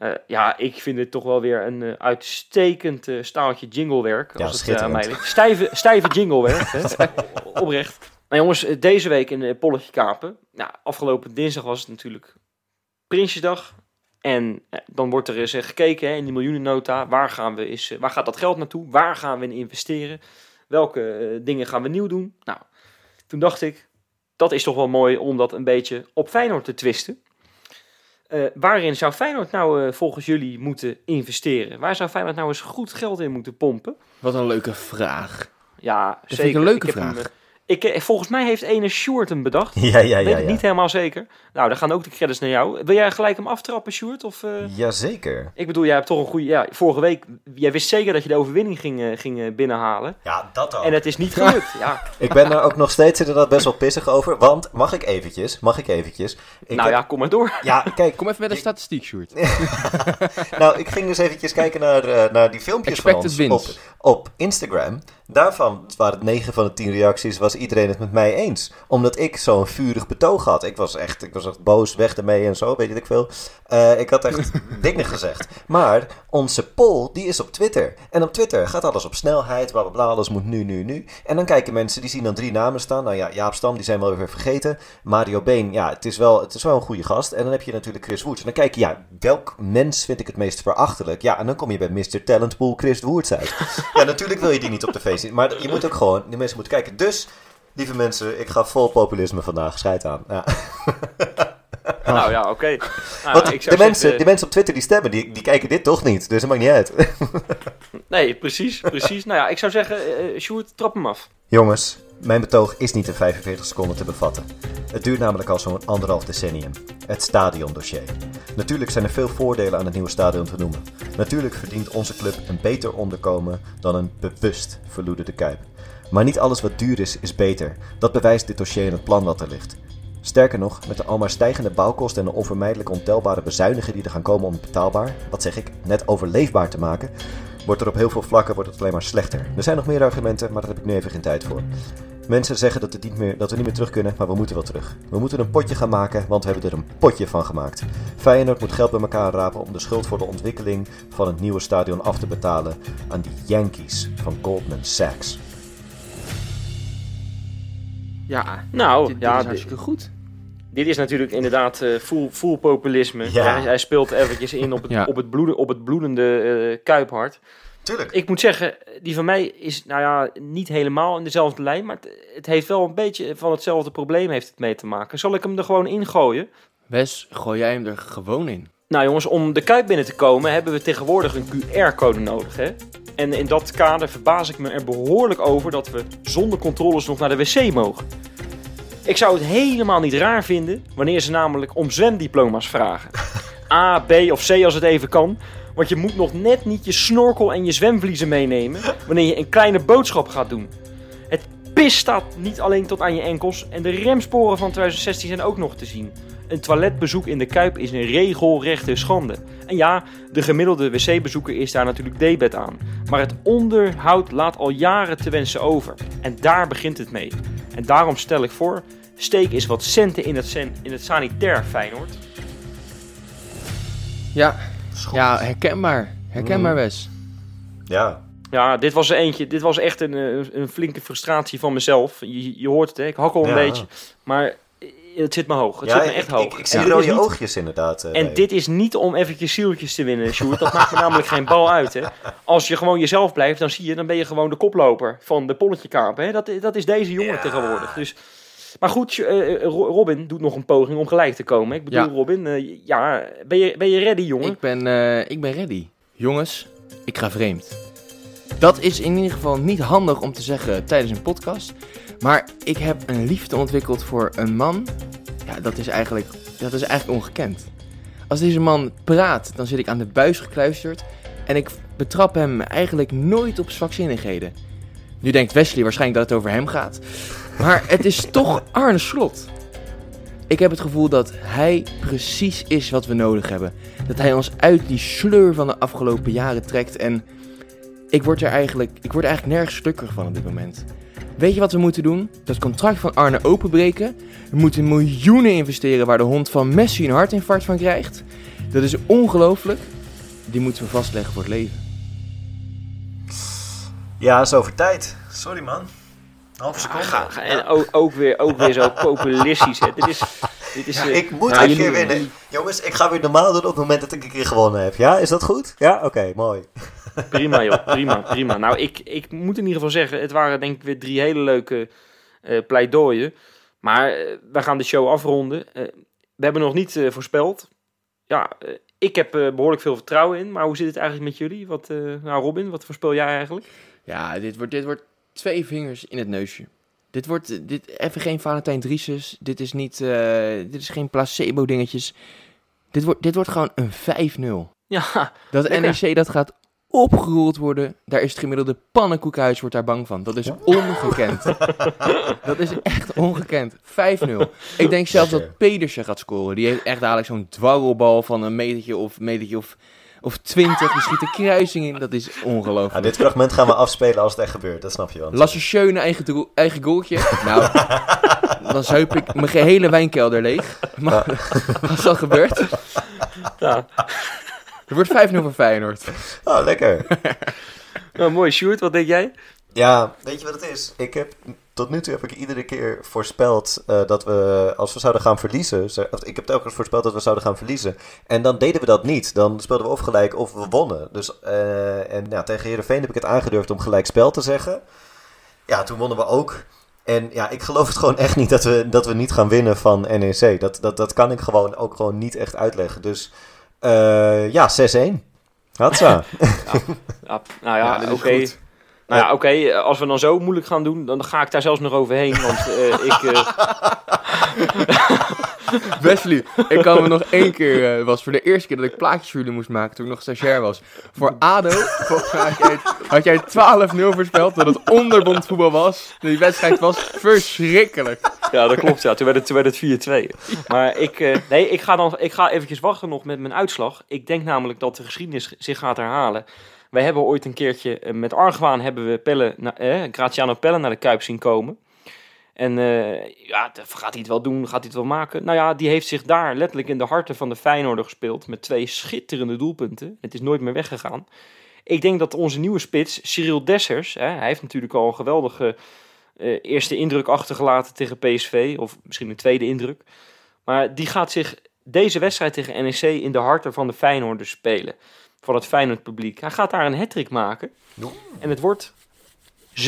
Ik vind het toch wel weer een uitstekend staaltje jinglewerk. Als het aan mij ligt. Stijve jinglewerk, hè? Oprecht. Nou jongens, deze week in Polletje Kapen. Nou, afgelopen dinsdag was het natuurlijk Prinsjesdag. En dan wordt er eens gekeken in die miljoenennota. Waar gaat dat geld naartoe? Waar gaan we in investeren? Welke dingen gaan we nieuw doen? Nou, toen dacht ik, dat is toch wel mooi om dat een beetje op Feyenoord te twisten. Waarin zou Feyenoord nou volgens jullie moeten investeren? Waar zou Feyenoord nou eens goed geld in moeten pompen? Wat een leuke vraag. Ja, dat zeker. Vind ik een leuke vraag. Volgens mij heeft ene Sjoerd hem bedacht. Ja. Weet het niet helemaal zeker. Nou, dan gaan ook de credits naar jou. Wil jij gelijk hem aftrappen, Sjoerd? Jazeker. Ik bedoel, jij hebt toch een goede... Ja, vorige week, jij wist zeker dat je de overwinning ging binnenhalen. Ja, dat ook. En het is niet gelukt, ja. Ik ben daar ook nog steeds inderdaad best wel pissig over. Want, mag ik eventjes? Kom maar door. Ja, kijk. Kom even met een statistiek, Sjoerd. Nou, ik ging dus eventjes kijken naar die filmpjes van ons op Instagram. Daarvan waren 9 van de 10 reacties, was iedereen het met mij eens. Omdat ik zo'n vurig betoog had. Ik was echt boos, weg ermee en zo, weet ik veel. Ik had echt dingen gezegd. Maar onze poll, die is op Twitter. En op Twitter gaat alles op snelheid, blablabla, alles moet nu. En dan kijken mensen, die zien dan 3 namen staan. Nou ja, Jaap Stam, die zijn we wel weer vergeten. Mario Been, ja, het is wel een goede gast. En dan heb je natuurlijk Chris Woerts. En dan kijk je, welk mens vind ik het meest verachtelijk? Ja, en dan kom je bij Mr. Talentpool Chris Woerts uit. Ja, natuurlijk wil je die niet op de feest zien. Maar je moet ook gewoon, die mensen moeten kijken. Dus, lieve mensen, ik ga vol populisme vandaag. Scheid aan. Ja. Nou ja, oké. De mensen op Twitter die stemmen, die kijken dit toch niet. Dus dat maakt niet uit. Nee, precies. Nou ja, ik zou zeggen, Sjoerd, trap hem af. Jongens, mijn betoog is niet in 45 seconden te bevatten. Het duurt namelijk al zo'n 1,5 decennium. Het stadiondossier. Natuurlijk zijn er veel voordelen aan het nieuwe stadion te noemen. Natuurlijk verdient onze club een beter onderkomen dan een bewust verloederde Kuip. Maar niet alles wat duur is beter. Dat bewijst dit dossier in het plan wat er ligt. Sterker nog, met de almaar stijgende bouwkosten en de onvermijdelijk ontelbare bezuinigingen die er gaan komen om het betaalbaar, net overleefbaar te maken, wordt er op heel veel vlakken het alleen maar slechter. Er zijn nog meer argumenten, maar daar heb ik nu even geen tijd voor. Mensen zeggen dat we niet meer terug kunnen, maar we moeten wel terug. We moeten een potje gaan maken, want we hebben er een potje van gemaakt. Feyenoord moet geld bij elkaar rapen om de schuld voor de ontwikkeling van het nieuwe stadion af te betalen aan die Yankees van Goldman Sachs. Ja, Nou, dit ja, is hartstikke goed. Dit is natuurlijk inderdaad full populisme. Ja. Hij speelt eventjes in op het bloedende Kuiphart. Tuurlijk. Ik moet zeggen, die van mij is niet helemaal in dezelfde lijn, maar het heeft wel een beetje van hetzelfde probleem heeft het mee te maken. Zal ik hem er gewoon ingooien? Wes, gooi jij hem er gewoon in. Nou jongens, om de Kuip binnen te komen hebben we tegenwoordig een QR-code nodig, hè? En in dat kader verbaas ik me er behoorlijk over dat we zonder controles nog naar de wc mogen. Ik zou het helemaal niet raar vinden wanneer ze namelijk om zwemdiploma's vragen. A, B of C als het even kan. Want je moet nog net niet je snorkel en je zwemvliezen meenemen wanneer je een kleine boodschap gaat doen. Het pis staat niet alleen tot aan je enkels en de remsporen van 2016 zijn ook nog te zien. Een toiletbezoek in de Kuip is een regelrechte schande. En ja, de gemiddelde wc-bezoeker is daar natuurlijk debet aan. Maar het onderhoud laat al jaren te wensen over. En daar begint het mee. En daarom stel ik voor, steek eens wat centen in het sanitair, Feyenoord. Ja, herkenbaar. Herkenbaar, Wes. Ja. Ja, dit was er eentje. Dit was echt een flinke frustratie van mezelf. Je hoort het, hè? Ik hakkel een beetje. Maar het zit me hoog. Het zit me echt hoog. Ik zie rode oogjes inderdaad. En dit is niet om eventjes zieltjes te winnen, Sjoerd. Dat maakt me namelijk geen bal uit, hè. Als je gewoon jezelf blijft, dan ben je gewoon de koploper van de polletje kapen, hè. Dat is deze jongen tegenwoordig. Dus, maar goed, Robin doet nog een poging om gelijk te komen. Ik bedoel, Robin, ben je ready, jongen? Ik ben ready. Jongens, ik ga vreemd. Dat is in ieder geval niet handig om te zeggen tijdens een podcast. Maar ik heb een liefde ontwikkeld voor een man. Ja, dat is eigenlijk ongekend. Als deze man praat, dan zit ik aan de buis gekluisterd. En ik betrap hem eigenlijk nooit op zwakzinnigheden. Nu denkt Wesley waarschijnlijk dat het over hem gaat. Maar het is toch Arne Slot. Ik heb het gevoel dat hij precies is wat we nodig hebben. Dat hij ons uit die sleur van de afgelopen jaren trekt. En ik word eigenlijk nergens gelukkiger van op dit moment. Weet je wat we moeten doen? Dat contract van Arne openbreken. We moeten miljoenen investeren waar de hond van Messi een hartinfarct van krijgt. Dat is ongelooflijk. Die moeten we vastleggen voor het leven. Ja, is over tijd. Sorry man. Half seconde. En ook weer zo populistisch. Hè. Dit is ik moet een keer winnen. Jongens, ik ga weer normaal doen op het moment dat ik een keer gewonnen heb. Ja, is dat goed? Ja, oké, mooi. Prima joh, prima. Nou, ik moet in ieder geval zeggen, het waren denk ik weer 3 hele leuke pleidooien. Maar wij gaan de show afronden. We hebben nog niet voorspeld. Ja, ik heb behoorlijk veel vertrouwen in. Maar hoe zit het eigenlijk met jullie? Robin, wat voorspel jij eigenlijk? Ja, dit wordt 2 vingers in het neusje. Dit wordt even geen Valentijn Drieses. Dit is geen placebo dingetjes. Dit wordt gewoon een 5-0. Ja, dat lekker. NEC dat gaat opgerold worden. Daar is het gemiddelde pannenkoekenhuis wordt daar bang van. Dat is ongekend. Dat is echt ongekend. 5-0. Ik denk zelfs dat Pedersen gaat scoren. Die heeft echt dadelijk zo'n dwarrelbal van een metertje of 20. Die schiet de kruising in. Dat is ongelooflijk. Ja, dit fragment gaan we afspelen als het echt gebeurt. Dat snap je wel. Lasse Schöne eigen goaltje. Nou, dan zuip ik mijn gehele wijnkelder leeg. Maar als dat gebeurt... Ja. Er wordt 5-0 voor Feyenoord. Oh, lekker. Nou, mooi. Sjoerd, wat denk jij? Ja, weet je wat het is? Tot nu toe heb ik iedere keer voorspeld dat we, als we zouden gaan verliezen... Ik heb telkens voorspeld dat we zouden gaan verliezen. En dan deden we dat niet. Dan speelden we of gelijk of we wonnen. Dus, tegen Heerenveen heb ik het aangedurfd om gelijk spel te zeggen. Ja, toen wonnen we ook. En ja, ik geloof het gewoon echt niet dat we niet gaan winnen van NEC. Dat kan ik gewoon niet echt uitleggen. Dus... 6-1. Hatsa. Oké. Nou ja, oké. Als we dan zo moeilijk gaan doen, dan ga ik daar zelfs nog overheen. Want Wesley, ik kan me nog 1 keer... was voor de eerste keer dat ik plaatjes voor jullie moest maken toen ik nog stagiair was. Voor ADO had jij 12-0 voorspeld dat het onderbondvoetbal was. Die wedstrijd was verschrikkelijk. Ja, dat klopt. Ja. Toen werd het 4-2. Maar ik ga eventjes wachten nog met mijn uitslag. Ik denk namelijk dat de geschiedenis zich gaat herhalen. Wij hebben ooit een keertje met argwaan hebben we Graziano Pelle naar de Kuip zien komen. En gaat hij het wel doen? Gaat hij het wel maken? Nou ja, die heeft zich daar letterlijk in de harten van de Feyenoorder gespeeld. Met 2 schitterende doelpunten. Het is nooit meer weggegaan. Ik denk dat onze nieuwe spits, Cyril Dessers... hij heeft natuurlijk al een geweldige eerste indruk achtergelaten tegen PSV. Of misschien een tweede indruk. Maar die gaat zich deze wedstrijd tegen NEC in de harten van de Feyenoorders spelen. Van het Feyenoord publiek. Hij gaat daar een hattrick maken. En het wordt 7-0.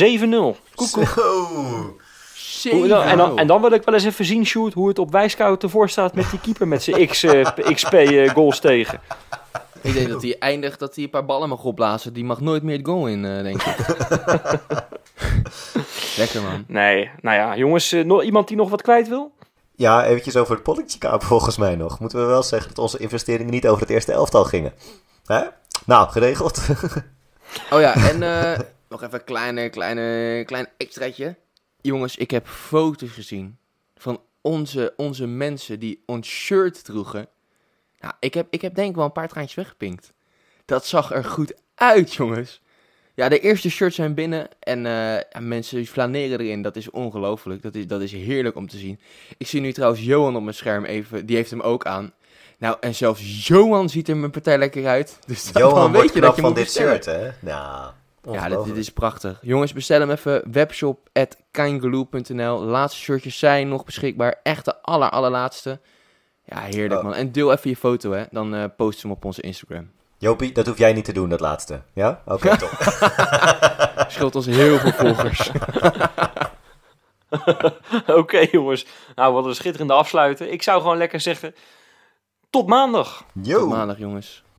En dan wil ik wel eens even zien, Sjoerd, hoe het op Wijscout ervoor staat met die keeper met zijn XP goals tegen. Ik denk dat hij eindigt, dat hij een paar ballen mag opblazen. Die mag nooit meer het goal in, denk ik. Lekker, man. Nee, nou ja, jongens, iemand die nog wat kwijt wil? Ja, eventjes over het Polletje Kaap volgens mij nog. Moeten we wel zeggen dat onze investeringen niet over het eerste elftal gingen. Hè? Nou, geregeld. Oh ja, en nog even een klein extraatje. Jongens, ik heb foto's gezien van onze mensen die ons shirt droegen. Nou, ik heb denk ik wel een paar traantjes weggepinkt. Dat zag er goed uit, jongens. Ja, de eerste shirts zijn binnen en mensen flaneren erin. Dat is ongelooflijk. Dat is heerlijk om te zien. Ik zie nu trouwens Johan op mijn scherm even. Die heeft hem ook aan. Nou, en zelfs Johan ziet er mijn partij lekker uit. Dus Johan weet je dat je van moet dit bestellen. shirt, hè? Nou, ja, dit is prachtig. Jongens, bestel hem even. webshop@kangaloo.nl. Laatste shirtjes zijn nog beschikbaar. Echt de allerlaatste. Ja, heerlijk, man. En deel even je foto, hè. Dan post hem op onze Instagram. Jopie, dat hoef jij niet te doen, dat laatste. Ja? Oké, top. Scheelt ons heel veel volgers. Oké, jongens. Nou, wat een schitterende afsluiten. Ik zou gewoon lekker zeggen, tot maandag. Yo. Tot maandag, jongens.